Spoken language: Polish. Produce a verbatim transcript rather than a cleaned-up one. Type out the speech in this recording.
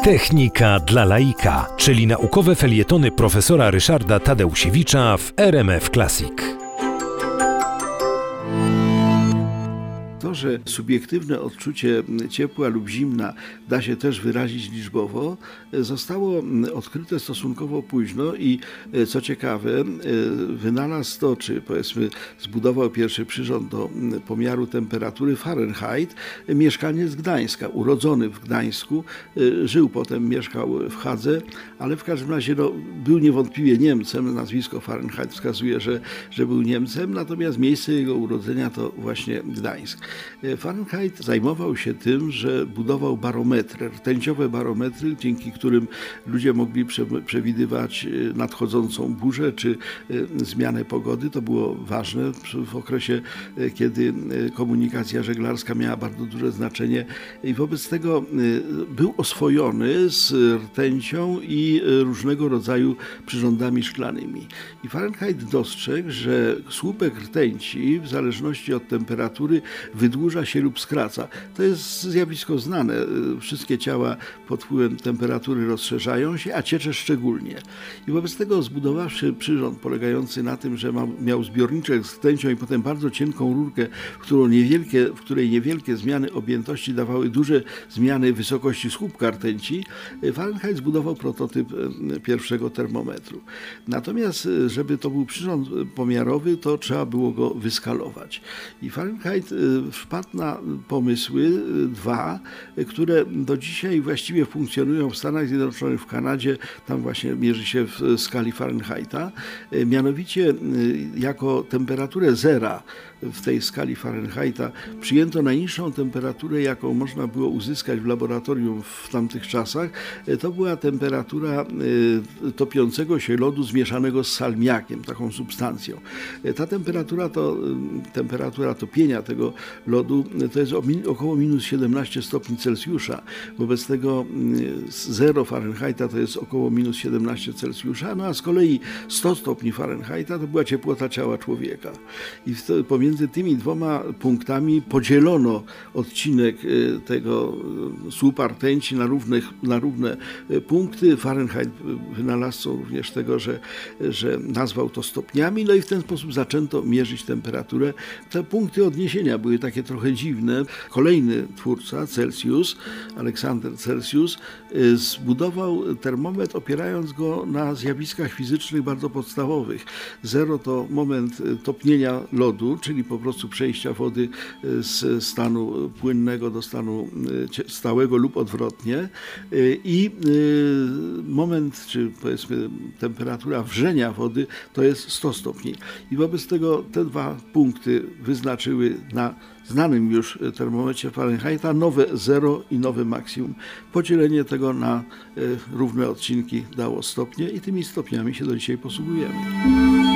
Technika dla laika, czyli naukowe felietony profesora Ryszarda Tadeusiewicza w R M F Classic. To, że subiektywne odczucie ciepła lub zimna da się też wyrazić liczbowo, zostało odkryte stosunkowo późno i co ciekawe, wynalazł to, czy powiedzmy zbudował pierwszy przyrząd do pomiaru temperatury Fahrenheit mieszkaniec Gdańska, urodzony w Gdańsku, żył potem, mieszkał w Hadze, ale w każdym razie no, był niewątpliwie Niemcem, nazwisko Fahrenheit wskazuje, że, że był Niemcem, natomiast miejsce jego urodzenia to właśnie Gdańsk. Fahrenheit zajmował się tym, że budował barometry, rtęciowe barometry, dzięki którym ludzie mogli prze, przewidywać nadchodzącą burzę czy zmianę pogody. To było ważne w okresie, kiedy komunikacja żeglarska miała bardzo duże znaczenie i wobec tego był oswojony z rtęcią i różnego rodzaju przyrządami szklanymi. I Fahrenheit dostrzegł, że słupek rtęci w zależności od temperatury wydłuża się lub skraca. To jest zjawisko znane. Wszystkie ciała pod wpływem temperatury rozszerzają się, a ciecze szczególnie. I wobec tego zbudowawszy przyrząd polegający na tym, że ma, miał zbiorniczek z rtęcią i potem bardzo cienką rurkę, w, którą niewielkie, w której niewielkie zmiany objętości dawały duże zmiany wysokości słupka rtęci, Fahrenheit zbudował prototyp pierwszego termometru. Natomiast, żeby to był przyrząd pomiarowy, to trzeba było go wyskalować. I Fahrenheit wpadł na pomysły dwa, które do dzisiaj właściwie funkcjonują w Stanach Zjednoczonych, w Kanadzie, tam właśnie mierzy się w skali Fahrenheita, mianowicie jako temperaturę zera w tej skali Fahrenheita przyjęto najniższą temperaturę, jaką można było uzyskać w laboratorium w tamtych czasach. To była temperatura topiącego się lodu zmieszanego z salmiakiem, taką substancją. Ta temperatura to temperatura topienia tego lodu to jest około minus siedemnaście stopni Celsjusza. Wobec tego zero Fahrenheita to jest około minus siedemnaście Celsjusza, no a z kolei sto stopni Fahrenheita to była ciepłota ciała człowieka. I pomiędzy tymi dwoma punktami podzielono odcinek tego słupa rtęci na, równych, na równe punkty. Fahrenheit wynalazcą również tego, że, że nazwał to stopniami, no i w ten sposób zaczęto mierzyć temperaturę. Te punkty odniesienia były takie trochę dziwne. Kolejny twórca, Celsius, Aleksander Celsius, zbudował termometr opierając go na zjawiskach fizycznych bardzo podstawowych. Zero to moment topnienia lodu, czyli po prostu przejścia wody z stanu płynnego do stanu stałego lub odwrotnie, i moment, czy powiedzmy temperatura wrzenia wody to jest sto stopni. I wobec tego te dwa punkty wyznaczyły na znanym już termometrze Fahrenheita nowe zero i nowe maksimum. Podzielenie tego na równe odcinki dało stopnie i tymi stopniami się do dzisiaj posługujemy.